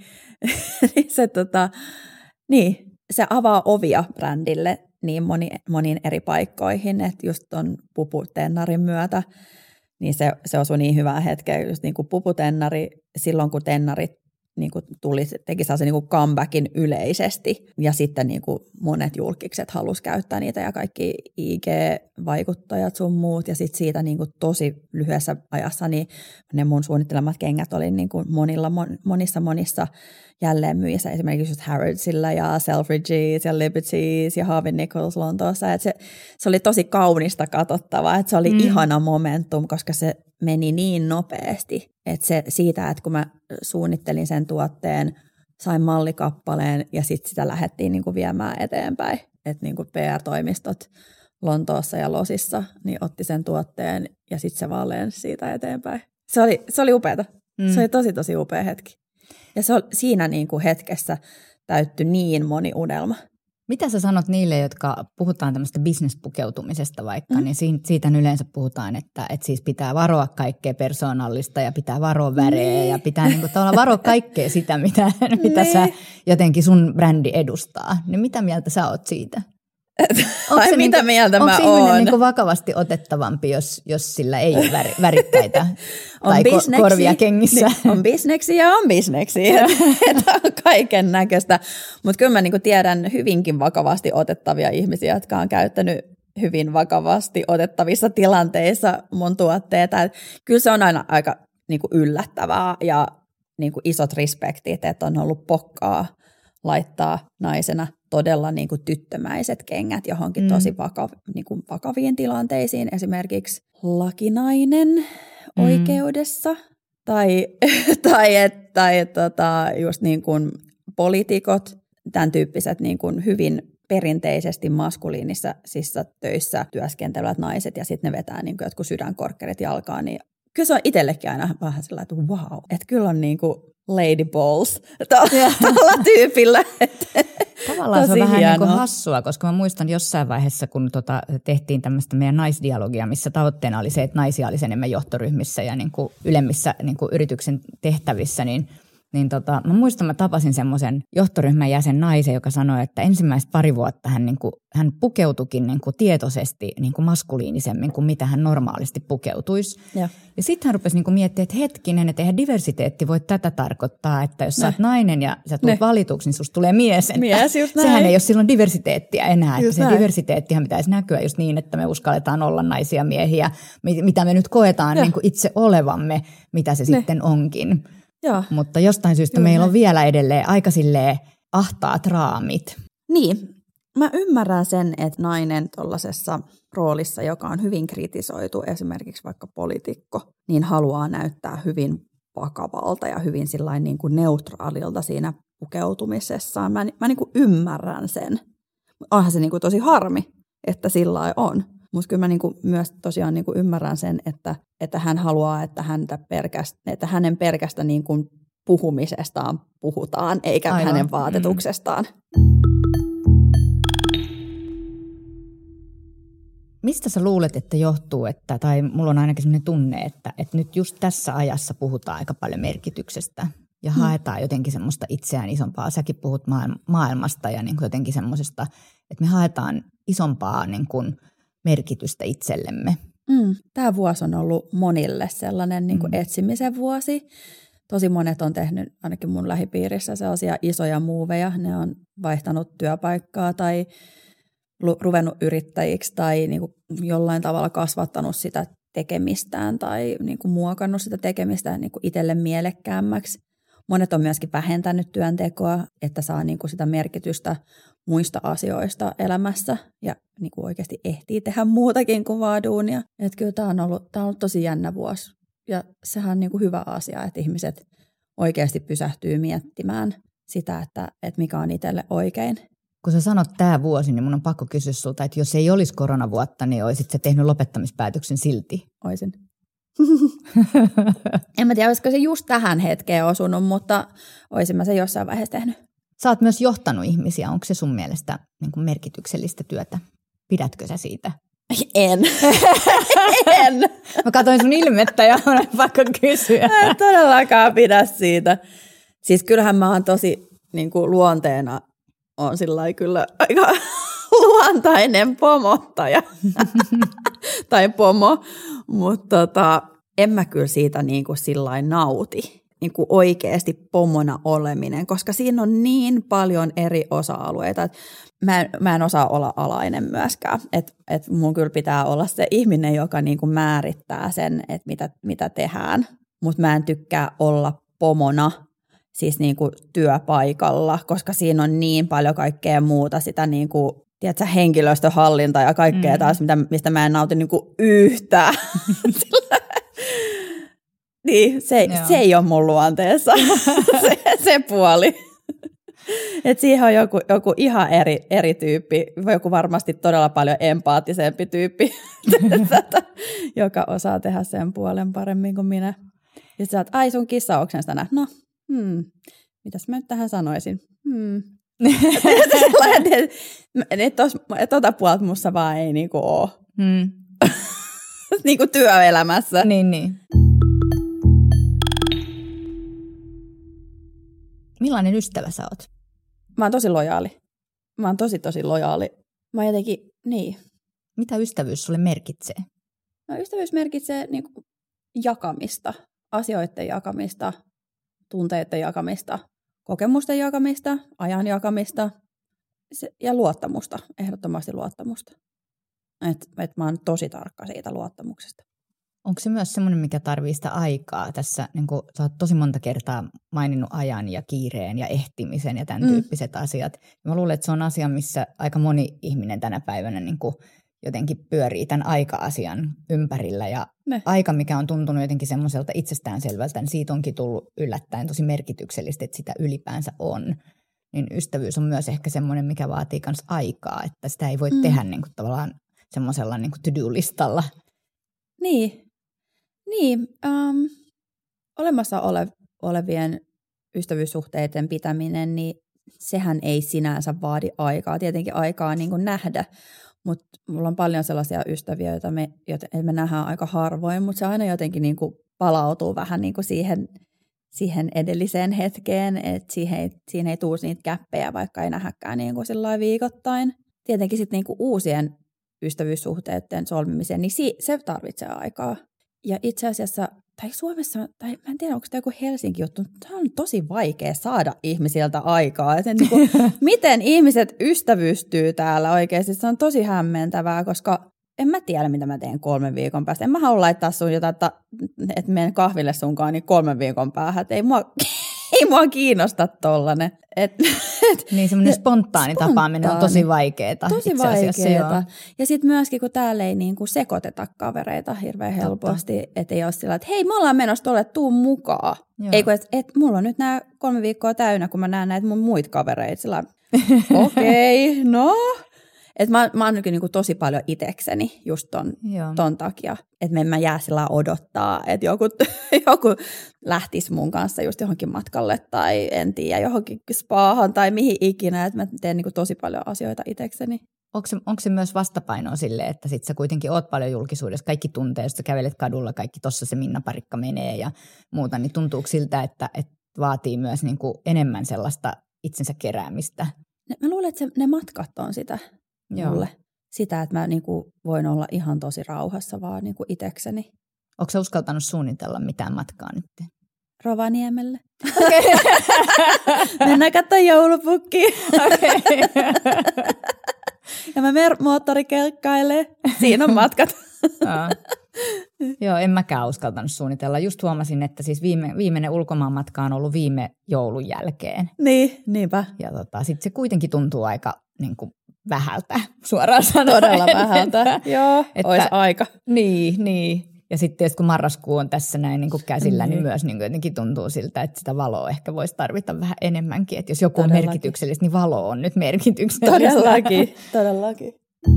Speaker 2: se avaa ovia brändille niin moniin eri paikkoihin, että just ton puputennari myötä, niin se osui niin hyvää hetkeä, just niin kuin puputennari, silloin kun tennarit niin kuin teki sellaisen niin kuin comebackin yleisesti, ja sitten niin kuin monet julkikset halusi käyttää niitä, ja kaikki IG-vaikuttajat sun muut, ja sitten siitä niin kuin tosi lyhyessä ajassa, niin ne mun suunnittelemat kengät oli niin kuin monissa jälleenmyyjissä, esimerkiksi just Harrodsilla ja Selfridges ja Liberties ja Harvey Nichols Lontoossa, että se oli tosi kaunista katsottavaa, että se oli ihana momentum, koska se meni niin nopeasti, että se siitä, että kun mä suunnittelin sen tuotteen, sain mallikappaleen ja sitten sitä lähdettiin niin kuin viemään eteenpäin, että niin kuin PR-toimistot Lontoossa ja Losissa niin otti sen tuotteen ja sitten se vaan lensi siitä eteenpäin. Se oli upeata. Se oli tosi, tosi upea hetki. Ja se on siinä niin kuin hetkessä täyttyi niin moni unelma.
Speaker 1: Mitä sä sanot niille, jotka puhutaan tämmöistä business-pukeutumisesta vaikka, niin siitä yleensä puhutaan, että siis pitää varoa kaikkea persoonallista ja pitää varoa värejä ja pitää niinku tavallaan varoa kaikkea sitä, mitä sä jotenkin sun brändi edustaa. Niin mitä mieltä sä oot siitä?
Speaker 2: Ai mitä mieltä mä oon?
Speaker 1: Onko ihminen niinku vakavasti otettavampi, jos sillä ei ole värikkäitä tai korvia kengissä?
Speaker 2: On bisneksi ja on bisneksi, että on kaiken näköistä. Mutta kyllä mä niinku tiedän hyvinkin vakavasti otettavia ihmisiä, jotka on käyttänyt hyvin vakavasti otettavissa tilanteissa mun tuotteita. Et kyllä se on aina aika niinku yllättävää ja niinku isot respektit, että on ollut pokkaa laittaa naisena todella niin kuin tyttömäiset kengät johonkin tosi vakaviin tilanteisiin, esimerkiksi lakinainen oikeudessa tai just niin kuin poliitikot, tämän tyyppiset niin kuin hyvin perinteisesti maskuliinisissa töissä työskentelevät naiset ja sitten ne vetää niin kuin jotkut sydänkorkkerit jalkaan, niin kyllä se on itsellekin aina vähän sellainen, että wow, että kyllä on niin kuin lady balls tuolla tyypillä.
Speaker 1: Tavallaan se on vähän niin kuin hassua, koska mä muistan jossain vaiheessa, kun tehtiin tämmöistä meidän naisdialogia, missä tavoitteena oli se, että naisia olisi enemmän johtoryhmissä ja niin kuin ylemmissä niin kuin yrityksen tehtävissä, niin mä muistan, mä tapasin semmoisen johtoryhmän jäsen naisen, joka sanoi, että ensimmäiset pari vuotta hän pukeutukin niin kuin tietoisesti niin kuin maskuliinisemmin kuin mitä hän normaalisti pukeutuisi. Ja sitten hän rupesi niin kuin miettimään, että hetkinen, että eihän diversiteetti voi tätä tarkoittaa, että jos sä oot nainen ja sä tulet valituksi, niin susta tulee mies. Sehän ei ole silloin diversiteettiä enää, että se diversiteettihän pitäisi näkyä just niin, että me uskalletaan olla naisia miehiä, mitä me nyt koetaan niin kuin itse olevamme, mitä se sitten onkin.
Speaker 2: Joo.
Speaker 1: Mutta jostain syystä meillä on vielä edelleen aika silleen ahtaat raamit.
Speaker 2: Niin, mä ymmärrän sen, että nainen tuollaisessa roolissa, joka on hyvin kritisoitu, esimerkiksi vaikka poliitikko, niin haluaa näyttää hyvin vakavalta ja hyvin sillain niin kuin neutraalilta siinä pukeutumisessaan. Mä niin kuin ymmärrän sen. Onhan se niin kuin tosi harmi, että sillä on. Mutta kyllä mä niinku myös tosiaan niinku ymmärrän sen, että hän haluaa, että hänen pelkästä niinku puhumisestaan puhutaan, eikä hänen vaatetuksestaan.
Speaker 1: Mistä sä luulet, että johtuu, tai mulla on ainakin sellainen tunne, että nyt just tässä ajassa puhutaan aika paljon merkityksestä ja haetaan jotenkin semmoista itseään isompaa. Säkin puhut maailmasta ja niin kuin jotenkin semmoisesta, että me haetaan isompaa niin kuin merkitystä itsellemme.
Speaker 2: Tämä vuosi on ollut monille sellainen niin kuin etsimisen vuosi. Tosi monet on tehnyt, ainakin mun lähipiirissä, sellaisia isoja muuveja. Ne on vaihtanut työpaikkaa tai ruvennut yrittäjiksi tai niin kuin jollain tavalla kasvattanut sitä tekemistään tai niin kuin muokannut sitä tekemistä niin kuin itselle mielekkäämmäksi. Monet on myöskin vähentänyt työntekoa, että saa niin kuin sitä merkitystä muista asioista elämässä ja niin kuin oikeasti ehtii tehdä muutakin kuin vaan duunia. Että kyllä tämä on ollut tosi jännä vuosi ja sehän on niin kuin hyvä asia, että ihmiset oikeasti pysähtyy miettimään sitä, että mikä on itselle oikein.
Speaker 1: Kun sä sanot tämä vuosi, niin mun on pakko kysyä sulta, että jos ei olisi koronavuotta, niin olisit sä tehnyt lopettamispäätöksen silti?
Speaker 2: Oisin. En mä tiedä, olisiko se just tähän hetkeen osunut, mutta olisin mä se jossain vaiheessa tehnyt.
Speaker 1: Sä oot myös johtanut ihmisiä. Onko se sun mielestä niin kuin merkityksellistä työtä? Pidätkö sä siitä?
Speaker 2: En.
Speaker 1: Mä katsoin sun ilmettä ja olen pakko kysyä.
Speaker 2: En todellakaan pidä siitä. Siis kyllähän mä oon tosi niin kuin luonteena on sillai kyllä aika luontainen pomottaja. Tai pomo. Mutta en mä kyllä siitä niin kuin sillain nauti. Niin kuin oikeasti pomona oleminen, koska siinä on niin paljon eri osa-alueita. Mä en osaa olla alainen myöskään. Et mun kyllä pitää olla se ihminen, joka niin kuin määrittää sen, että mitä tehdään. Mutta mä en tykkää olla pomona siis niin kuin työpaikalla, koska siinä on niin paljon kaikkea muuta sitä niin kuin, tiedätkö, henkilöstöhallinta ja kaikkea taas, mistä mä en nauti niin kuin yhtään. Niin, se ei ole mun luonteessa, se puoli. Et siihen on joku ihan eri tyyppi, joku varmasti todella paljon empaattisempi tyyppi, joka osaa tehdä sen puolen paremmin kuin minä. Ja sä oot, ai sun kissa oksenstana. No, mitäs mä nyt tähän sanoisin? Sellainen, että tota puolta musta vaan ei niinku oo. Niinku työelämässä.
Speaker 1: Niin. Millainen ystävä sä oot?
Speaker 2: Mä oon tosi lojaali. Mä oon tosi lojaali. Mä oon jotenkin, niin.
Speaker 1: Mitä ystävyys sulle merkitsee?
Speaker 2: No, ystävyys merkitsee niinku jakamista, asioiden jakamista, tunteiden jakamista, kokemusten jakamista, ajan jakamista ja luottamusta, ehdottomasti luottamusta. Et mä oon tosi tarkka siitä luottamuksesta.
Speaker 1: Onko se myös semmoinen, mikä tarvitsee sitä aikaa tässä, niin kun sä oot tosi monta kertaa maininnut ajan ja kiireen ja ehtimisen ja tämän tyyppiset asiat. Ja mä luulen, että se on asia, missä aika moni ihminen tänä päivänä niin kun jotenkin pyörii tämän aika-asian ympärillä. Ja aika, mikä on tuntunut jotenkin semmoiselta itsestäänselvältä, niin siitä onkin tullut yllättäen tosi merkityksellistä, että sitä ylipäänsä on. Niin ystävyys on myös ehkä semmoinen, mikä vaatii myös aikaa, että sitä ei voi tehdä niin kuin tavallaan semmoisella niin kuin to-do-listalla.
Speaker 2: Niin. Olemassa olevien ystävyyssuhteiden pitäminen, niin sehän ei sinänsä vaadi aikaa. Tietenkin aikaa niin kuin nähdä, mutta mulla on paljon sellaisia ystäviä, joita me nähdään aika harvoin, mutta se aina jotenkin niin kuin palautuu vähän niin kuin siihen edelliseen hetkeen, että siihen ei tule niitä käppejä, vaikka ei nähdäkään niin kuin sillä viikoittain. Tietenkin sitten niin kuin uusien ystävyyssuhteiden solmimiseen, niin se tarvitsee aikaa. Ja itse asiassa, tai Suomessa, tai mä en tiedä, onko tämä joku Helsinki-juttu, tämä on tosi vaikea saada ihmisiltä aikaa. Et niin kuin, miten ihmiset ystävystyy täällä oikeasti, se on tosi hämmentävää, koska en mä tiedä, mitä mä teen 3 viikon päästä. En mä halua laittaa sun jotain, että menen kahville sunkaan niin 3 viikon päähän, että ei mua kiinnosta tollanen.
Speaker 1: Niin semmoinen spontaani tapaaminen on tosi vaikeaa.
Speaker 2: Tosi vaikeaa. Ja sitten myöskin, kun täällä ei niinku sekoiteta kavereita hirveän helposti, että ei ole sillä, että hei, me ollaan menossa tuolle, tuu mukaan. Ei kun, että mulla on nyt nämä 3 viikkoa täynnä, kun mä näen näitä mun muita kavereita. Sillä okei, no. Että mä oon niinku tosi paljon itekseni just ton takia, että me en mä jää sillä odottaa, että joku lähtisi mun kanssa just johonkin matkalle tai en tiedä, johonkin spaahan tai mihin ikinä, että mä teen niinku tosi paljon asioita itekseni.
Speaker 1: Onko se myös vastapainoa sille, että sit sä kuitenkin oot paljon julkisuudessa, kaikki tuntee, jos sä kävelet kadulla, kaikki tossa se Minna Parikka menee ja muuta, niin tuntuuko siltä, että vaatii myös niinku enemmän sellaista itsensä keräämistä?
Speaker 2: Mä luulen, että ne matkat on sitä. Mulle. Sitä, että mä niinku voin olla ihan tosi rauhassa vaan niinku itekseni.
Speaker 1: Onko sä uskaltanut suunnitella mitään matkaa nyt?
Speaker 2: Rovaniemelle. Okay. Mennään katsoa joulupukkiin. Okay. Ja mä moottorikelkkailen. Siinä on matkat.
Speaker 1: Joo, en mäkään uskaltanut suunnitella. Just huomasin, että siis viimeinen ulkomaanmatka on ollut viime joulun jälkeen.
Speaker 2: Niinpä.
Speaker 1: Ja sitten se kuitenkin tuntuu aika niin kuin vähältä suoraan sanoen.
Speaker 2: Todella vähältä, joo, olisi aika.
Speaker 1: Niin. Ja sitten kun marraskuu on tässä näin niin kuin käsillä, niin myös niin kuin jotenkin tuntuu siltä, että sitä valoa ehkä voisi tarvita vähän enemmänkin. Että jos joku on merkityksellistä, niin valo on nyt merkityksellistä.
Speaker 2: Todellakin.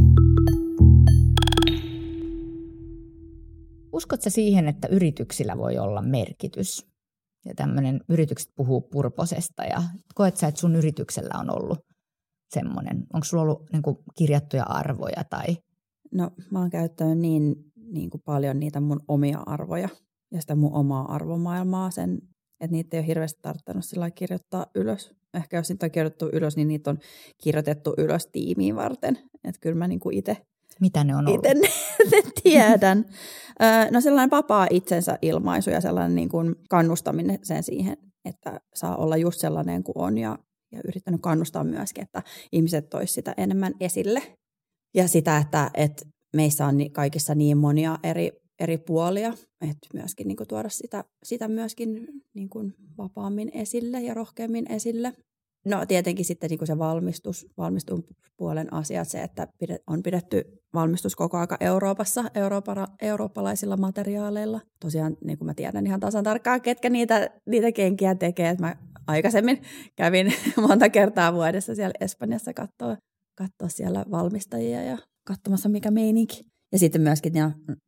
Speaker 1: Uskotko sä siihen, että yrityksillä voi olla merkitys? Ja tämmöinen yritykset puhuu purposesta ja koet sä, että sun yrityksellä on ollut semmoinen? Onko sulla ollut niin kuin kirjattuja arvoja? Tai?
Speaker 2: No mä oon käyttänyt niin kuin paljon niitä mun omia arvoja ja sitä mun omaa arvomaailmaa, että niitä ei ole hirveästi tarvittanut sillä kirjoittaa ylös. Ehkä jos niitä on kirjoitettu ylös, niin niitä on kirjoitettu ylös tiimiin varten. Että kyllä mä niin kuin itse...
Speaker 1: Mitä ne on ollut?
Speaker 2: Itse tiedän. No sellainen vapaa itsensä ilmaisu ja sellainen niin kuin kannustaminen sen siihen, että saa olla just sellainen kuin on ja yrittänyt kannustaa myöskin, että ihmiset tois sitä enemmän esille. Ja sitä, että meissä on kaikissa niin monia eri puolia, että myöskin niin kuin tuoda sitä myöskin niin kuin vapaammin esille ja rohkeammin esille. No tietenkin sitten niin kuin se valmistuspuolen asiat, se, että on pidetty valmistus koko aika Euroopassa, eurooppalaisilla materiaaleilla. Tosiaan niin kuin mä tiedän ihan tasan tarkkaan, ketkä niitä kenkiä tekee. Että mä aikaisemmin kävin monta kertaa vuodessa siellä Espanjassa katsoa siellä valmistajia ja katsomassa mikä meininki. Ja sitten myöskin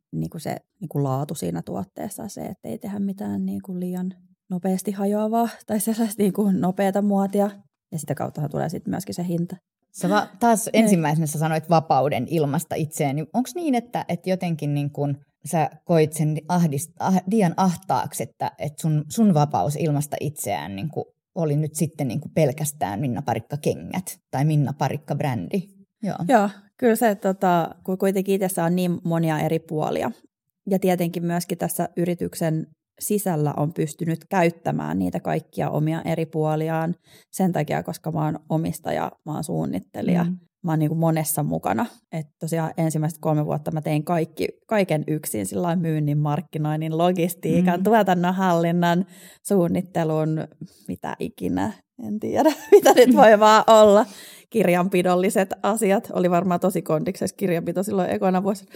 Speaker 2: niinku se niinku laatu siinä tuotteessa, se, että ei tehdä mitään niinku liian nopeasti hajoavaa tai sellaista niinku nopeata muotia. Ja sitä kauttahan tulee sitten myöskin se hinta.
Speaker 1: Sä taas ensimmäisenä sä sanoit vapauden ilmasta itseään. Niin onko niin, että jotenkin niin kun sä koit sen liian ahtaaksi, että sun vapaus ilmasta itseään niin kun oli nyt sitten niin kun pelkästään Minna Parikka kengät tai Minna Parikka brändi?
Speaker 2: Joo, kyllä se, kun kuitenkin itsessä on niin monia eri puolia. Ja tietenkin myöskin tässä yrityksen sisällä on pystynyt käyttämään niitä kaikkia omia eri puoliaan sen takia, koska mä oon omistaja, mä oon suunnittelija. Mä oon niin kuin monessa mukana. Että tosiaan ensimmäiset 3 vuotta mä tein kaiken yksin, sillain myynnin, markkinoinnin, logistiikan, tuotannonhallinnan, suunnittelun, mitä ikinä, en tiedä, mitä nyt voi vaan olla. Kirjanpidolliset asiat. Oli varmaan tosi kondiksessa kirjanpito silloin ekana vuosina.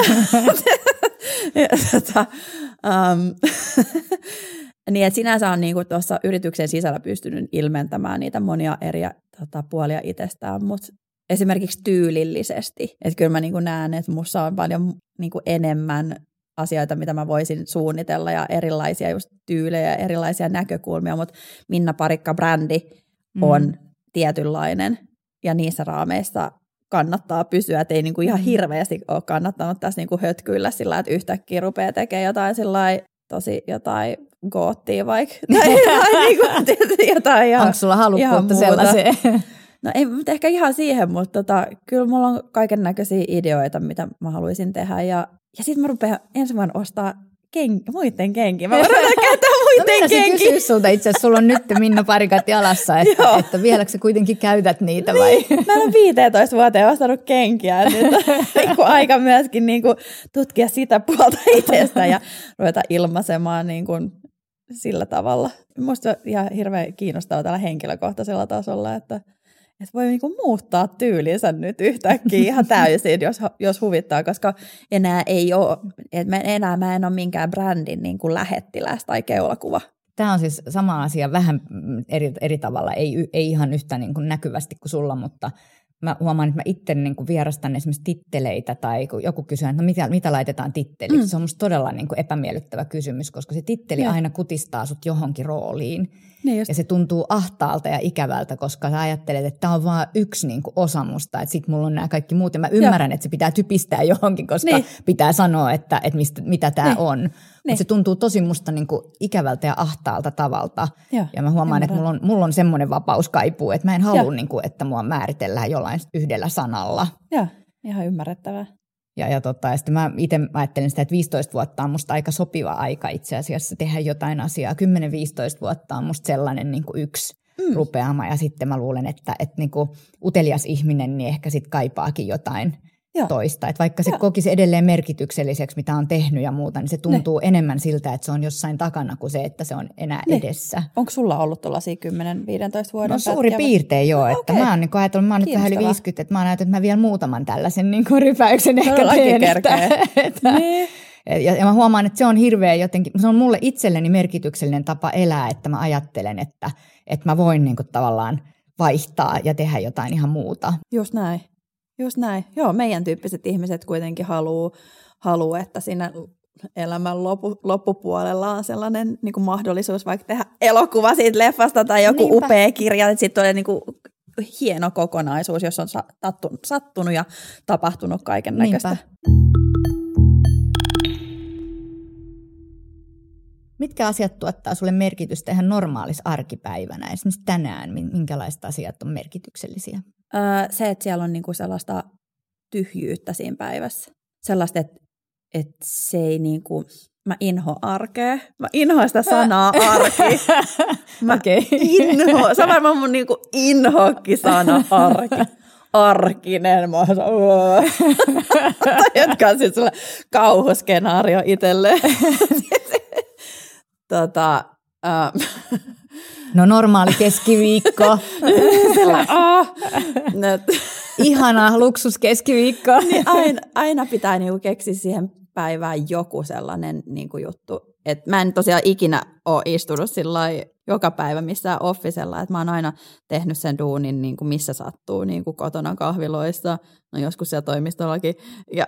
Speaker 2: Niin, että sinänsä on niinku tuossa yrityksen sisällä pystynyt ilmentämään niitä monia eri puolia itsestään, mutta esimerkiksi tyylillisesti. Että kyllä mä niinku näen, että musta on paljon niinku enemmän asioita, mitä mä voisin suunnitella ja erilaisia just tyylejä ja erilaisia näkökulmia, mutta Minna Parikka-brändi on tietynlainen ja niissä raameissa kannattaa pysyä, että ei niinku ihan hirveästi ole kannattanut tässä niinku hötkyillä sillä, että yhtäkkiä rupeaa tekemään jotain sillai, tosi jotain goottia vaikka. Tai niinku, jotain ihan,
Speaker 1: onko sulla halukkuutta sellaiseen?
Speaker 2: No ei ehkä ihan siihen, mutta kyllä mulla on kaiken näköisiä ideoita, mitä mä haluaisin tehdä. Ja sitten mä rupean ensi vuonna ostaa muiden kenkiä. Mä voin käyttää muiden kenkiä.
Speaker 1: No kysyä sulta itse asiassa, sulla on nyt Minna Parikat jalassa, että vieläkö sä kuitenkin käytät niitä vai?
Speaker 2: Niin, mä olen 15 vuoteen ostanut kenkiä. Nyt on aika myöskin niinku tutkia sitä puolta itsestä ja ruveta ilmaisemaan niinku sillä tavalla. Musta on ihan hirveän kiinnostavaa tällä henkilökohtaisella tasolla, että voi niinku muuttaa tyylinsä nyt yhtäkkiä ihan täysin, jos huvittaa, koska enää ei ole, mä en ole minkään brändin niinku lähettiläs tai keulakuva.
Speaker 1: Tämä on siis sama asia vähän eri tavalla, ei ihan yhtä niin kuin näkyvästi kuin sulla, mutta mä huomaan, että mä itse niin kuin vierastan esimerkiksi titteleitä tai kun joku kysyy, että no mitä laitetaan titteliksi. Se on musta todella niin kuin epämiellyttävä kysymys, koska se titteli aina kutistaa sut johonkin rooliin. Niin ja se tuntuu ahtaalta ja ikävältä, koska sä ajattelet, että tämä on vaan yksi niin kuin osa musta, että sit mulla on nämä kaikki muut. Ja mä ymmärrän, että se pitää typistää johonkin, koska pitää sanoa, että mitä tämä on. Mutta se tuntuu tosi musta niin kuin ikävältä ja ahtaalta tavalta. Ja mä huomaan, että mulla on semmoinen vapauskaipuu, että mä en halua, niin kuin, että mua määritellään jollain yhdellä sanalla.
Speaker 2: Joo, ihan ymmärrettävää.
Speaker 1: Ja sitten mä itse ajattelen sitä, että 15 vuotta on musta aika sopiva aika itse asiassa tehdä jotain asiaa. 10-15 vuotta on musta sellainen niin kuin yksi rupeama ja sitten mä luulen, että niin kuin utelias ihminen niin ehkä sit kaipaakin jotain toista. Että vaikka se kokisi edelleen merkitykselliseksi, mitä on tehnyt ja muuta, niin se tuntuu enemmän siltä, että se on jossain takana kuin se, että se on enää edessä.
Speaker 2: Onko sulla ollut tuollaisia 10-15 vuoden
Speaker 1: No suuri piirtein joo, että mä oon niin ajatellut, mä oon nyt vähän yli 50, että mä oon ajatellut, että mä vielä muutaman tällaisen niin kuin rypäyksen ehkä teen. Ja mä huomaan, että se on hirveä jotenkin, se on mulle itselleni merkityksellinen tapa elää, että mä ajattelen, että mä voin niin kuin tavallaan vaihtaa ja tehdä jotain ihan muuta.
Speaker 2: Just näin. Joo, meidän tyyppiset ihmiset kuitenkin haluaa, että siinä elämän loppupuolella on sellainen niin kuin mahdollisuus vaikka tehdä elokuva siitä leffasta tai joku upea kirja, että sitten on niin kuin hieno kokonaisuus, jos on sattunut ja tapahtunut kaiken näköistä.
Speaker 1: Mitkä asiat tuottaa sulle merkitystä ihan normaalissa arkipäivänä? Esimerkiksi tänään, minkälaiset asiat on merkityksellisiä?
Speaker 2: Se, että siellä on niinku sellaista tyhjyyttä siinä päivässä. Sellaista, että se ei niinku, mä inhoan arkea. Mä inhoan sitä sanaa arki. Se on varmaan mun niinku inhokki-sana arki. Arkinen. Mä oon jotka on siis sulle kauhuskenaario itselleen.
Speaker 1: No normaali keskiviikko. Ihana luksuskeskiviikko.
Speaker 2: Niin aina pitää niinku keksiä siihen päivään joku sellainen niinku juttu, Et mä en tosiaan ikinä ole istunut sillai joka päivä missään officella, että mä oon aina tehnyt sen duunin niin kuin missä sattuu, niin kuin kotona kahviloissa, no joskus siellä toimistollakin, ja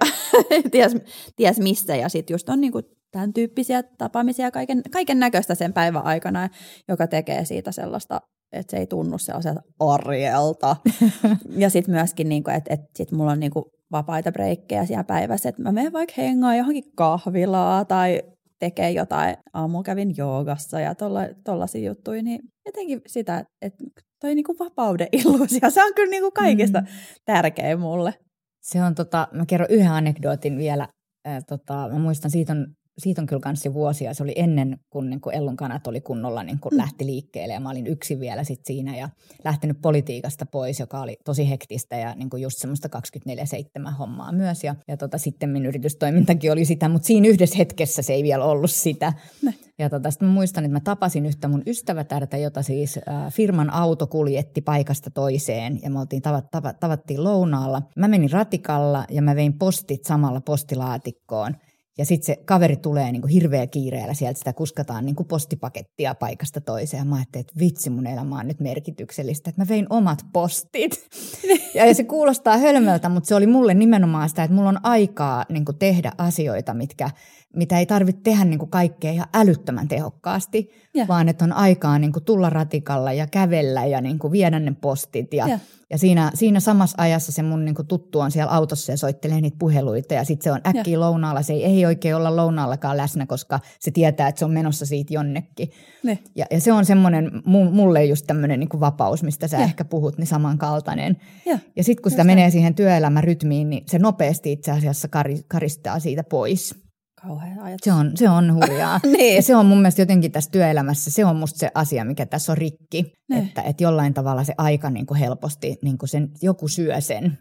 Speaker 2: ties missä, ja sitten just on niin kuin tämän tyyppisiä tapaamisia kaiken näköistä sen päivän aikana, joka tekee siitä sellaista, että se ei tunnu sellaiselta arjelta. Ja sitten myöskin, niin kuin, että sit mulla on niin kuin vapaita breikkejä siellä päivässä, että mä menen vaikka hengaan johonkin kahvilaa tai tekee jotain, aamulla kävin joogassa ja tollaisia juttuja, niin jotenkin sitä, että toi niinku vapauden illuusio, se on kyllä niinku kaikista tärkein mulle.
Speaker 1: Se on mä kerron yhden anekdootin vielä, mä muistan siitä on kyllä kans jo vuosia, se oli ennen kun niin kuin Ellun kanat oli kunnolla niin kuin lähti liikkeelle ja mä olin yksin vielä sit siinä ja lähtenyt politiikasta pois, joka oli tosi hektistä ja niin kuin just semmoista 24/7 hommaa myös ja sitten minun yritystoimintakin oli sitä, mutta siinä yhdessä hetkessä se ei vielä ollut sitä. Ja sitten mä muistan, että mä tapasin yhtä mun ystävätärtä, jota siis firman auto kuljetti paikasta toiseen ja me tavattiin lounaalla. Mä menin ratikalla ja mä vein postit samalla postilaatikkoon. Ja sitten se kaveri tulee niin kuin hirveä kiireellä, sieltä sitä kuskataan niin kuin postipakettia paikasta toiseen. Mä ajattelin, että vitsi, mun elämä on nyt merkityksellistä, että mä vein omat postit. Ja se kuulostaa hölmöltä, mutta se oli mulle nimenomaan sitä, että mulla on aikaa niin kuin tehdä asioita, mitä ei tarvitse tehdä niin kuin kaikkea ihan älyttömän tehokkaasti, vaan että on aikaa niin kuin tulla ratikalla ja kävellä ja niin kuin viedä ne postit. Ja siinä samassa ajassa se mun niin kuin tuttu on siellä autossa ja soittelee niitä puheluita ja sitten se on äkkiä lounaalla. Se ei oikein olla lounaallakaan läsnä, koska se tietää, että se on menossa siitä jonnekin. Ja se on semmoinen mulle just tämmöinen niin kuin vapaus, mistä sä ehkä puhut, niin samankaltainen. Ja sitten kun sitä menee siihen työelämärytmiin, niin se nopeasti itse asiassa karistaa siitä pois.
Speaker 2: Kauhea ajatus.
Speaker 1: Se on hurjaa. Niin. Ja se on mun mielestä jotenkin tässä työelämässä, se on musta se asia, mikä tässä on rikki. Että jollain tavalla se aika niin kuin helposti, niin kuin joku syö sen,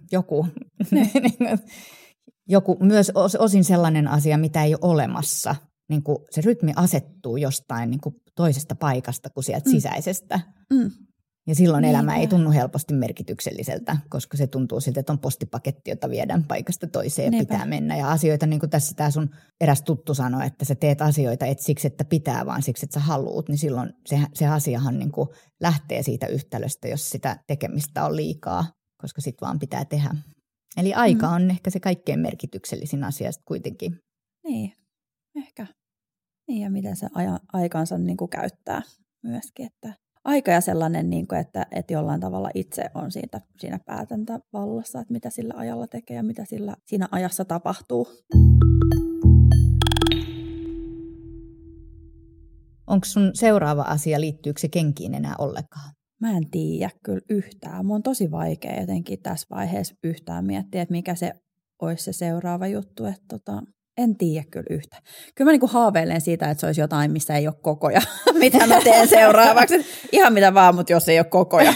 Speaker 1: joku myös osin sellainen asia, mitä ei ole olemassa. Niin kuin se rytmi asettuu jostain niin kuin toisesta paikasta kuin sieltä sisäisestä. Ja silloin elämä ei tunnu helposti merkitykselliseltä, koska se tuntuu siltä, että on postipaketti, jota viedään paikasta toiseen ja pitää mennä. Ja asioita, niin kuin tässä tämä sun eräs tuttu sanoi, että sä teet asioita et siksi, että pitää, vaan siksi, että sä haluut, niin silloin se asiahan niin kuin lähtee siitä yhtälöstä, jos sitä tekemistä on liikaa, koska sit vaan pitää tehdä. Eli aika on ehkä se kaikkein merkityksellisin asia kuitenkin.
Speaker 2: Niin, ehkä. Niin, ja miten se aikansa niin kuin käyttää myöskin, että aika ja sellainen, niin kuin, että jollain tavalla itse on siinä päätäntävallassa, että mitä sillä ajalla tekee ja mitä siinä ajassa tapahtuu.
Speaker 1: Onko sun seuraava asia, liittyykö se kenkiin enää ollenkaan?
Speaker 2: Mä en tiedä kyllä yhtään. Mun on tosi vaikea jotenkin tässä vaiheessa yhtään miettiä, että mikä se olisi se seuraava juttu. Että en tiedä kyllä yhtään. Kyllä mä niinku haaveilen siitä, että se olisi jotain, missä ei ole kokoja, mitä mä teen seuraavaksi. Ihan mitä vaan, mutta jos ei ole kokoja.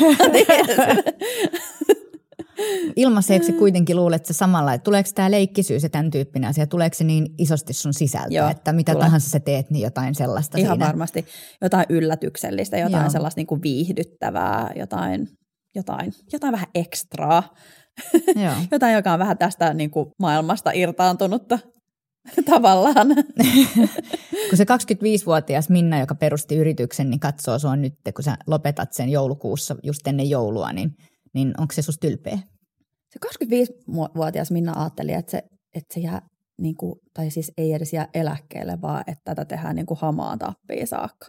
Speaker 1: Ilmaiseeko se kuitenkin luulet se samalla, että tuleeko tämä leikkisyys ja tämän tyyppinen asia, tuleeko se niin isosti sun sisältä, että mitä tahansa sä teet, niin jotain sellaista
Speaker 2: ihan
Speaker 1: siinä?
Speaker 2: Varmasti jotain yllätyksellistä, jotain sellaista niin kuin viihdyttävää, jotain vähän ekstraa. Jotain, joka on vähän tästä niin kuin maailmasta irtaantunutta tavallaan.
Speaker 1: Kun se 25-vuotias Minna, joka perusti yrityksen, niin katsoo sua nyt, kun sä lopetat sen joulukuussa just ennen joulua, niin onko se susta ylpeä?
Speaker 2: Se 25-vuotias Minna ajatteli, että se jää, niin kuin, tai siis ei edes jää eläkkeelle, vaan että tätä tehdään niin kuin hamaan tappiin saakka.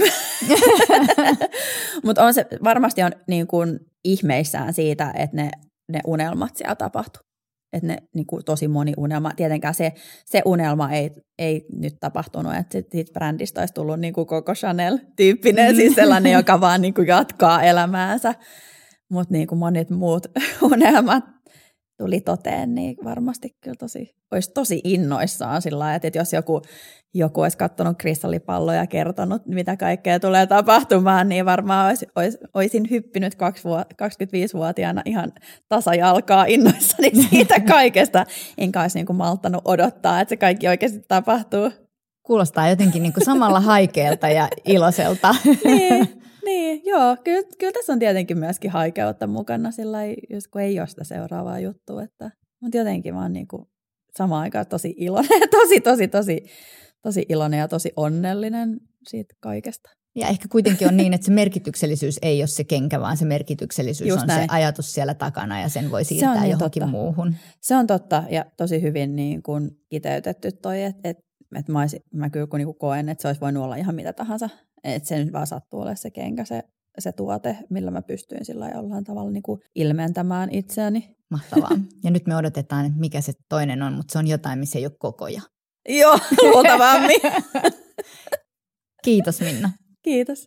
Speaker 2: Mutta varmasti on niin kuin ihmeissään siitä, että ne unelmat siellä tapahtuu. Että ne niin kuin tosi moni unelma. Tietenkään se unelma ei nyt tapahtunut, että siitä brändistä olisi tullut niin kuin Coco Chanel-tyyppinen, siis sellainen, joka vaan niin kuin jatkaa elämäänsä. Mutta niin kuin monet muut unelmat tuli toteen, niin varmasti kyllä olisi tosi innoissaan sillä lailla, että jos joku olisi katsonut kristallipalloja ja kertonut, mitä kaikkea tulee tapahtumaan, niin varmaan olisin hyppinyt 25-vuotiaana ihan tasajalkaa innoissani siitä kaikesta, enkä olisi niin kuin malttanut odottaa, että se kaikki oikeasti tapahtuu.
Speaker 1: Kuulostaa jotenkin niin kuin samalla haikealta ja iloiselta.
Speaker 2: Niin, joo. Kyllä tässä on tietenkin myöskin haikeutta mukana, sillä kun ei ole sitä seuraavaa juttua. Mutta jotenkin vaan niin kuin samaan aikaan tosi iloinen, tosi tosi iloinen ja tosi onnellinen siitä kaikesta.
Speaker 1: Ja ehkä kuitenkin on niin, että se merkityksellisyys ei ole se kenkä, vaan se merkityksellisyys just on näin. Se ajatus siellä takana ja sen voi siirtää niin johonkin
Speaker 2: totta.
Speaker 1: Muuhun.
Speaker 2: Se on totta ja tosi hyvin niin kuin kiteytetty toi, että mä kyllä niin kuin koen, että se olisi voinut olla ihan mitä tahansa. Että se nyt vaan sattuu olemaan se kenkä, se tuote, millä mä pystyin sillä jollain tavalla niin kuin ilmentämään itseäni.
Speaker 1: Mahtavaa. Ja nyt me odotetaan, että mikä se toinen on, mutta se on jotain, missä ei ole kokoja.
Speaker 2: Joo, luultavammin.
Speaker 1: Kiitos Minna.
Speaker 2: Kiitos.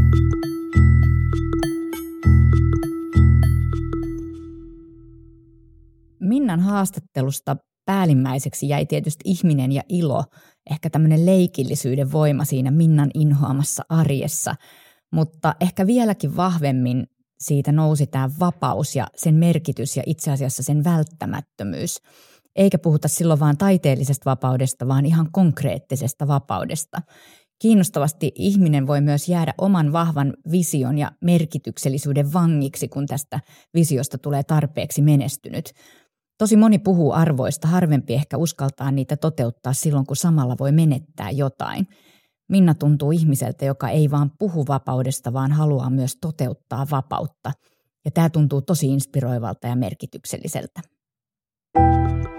Speaker 1: Minnan haastattelusta päällimmäiseksi jäi tietysti ihminen ja ilo, ehkä tämmöinen leikillisyyden voima siinä Minnan inhoamassa arjessa, mutta ehkä vieläkin vahvemmin siitä nousi tämä vapaus ja sen merkitys ja itse asiassa sen välttämättömyys. Eikä puhuta silloin vaan taiteellisesta vapaudesta, vaan ihan konkreettisesta vapaudesta. Kiinnostavasti ihminen voi myös jäädä oman vahvan vision ja merkityksellisyyden vangiksi, kun tästä visiosta tulee tarpeeksi menestynyt. Tosi moni puhuu arvoista, harvempi ehkä uskaltaa niitä toteuttaa silloin, kun samalla voi menettää jotain. Minna tuntuu ihmiseltä, joka ei vaan puhu vapaudesta, vaan haluaa myös toteuttaa vapautta. Ja tämä tuntuu tosi inspiroivalta ja merkitykselliseltä.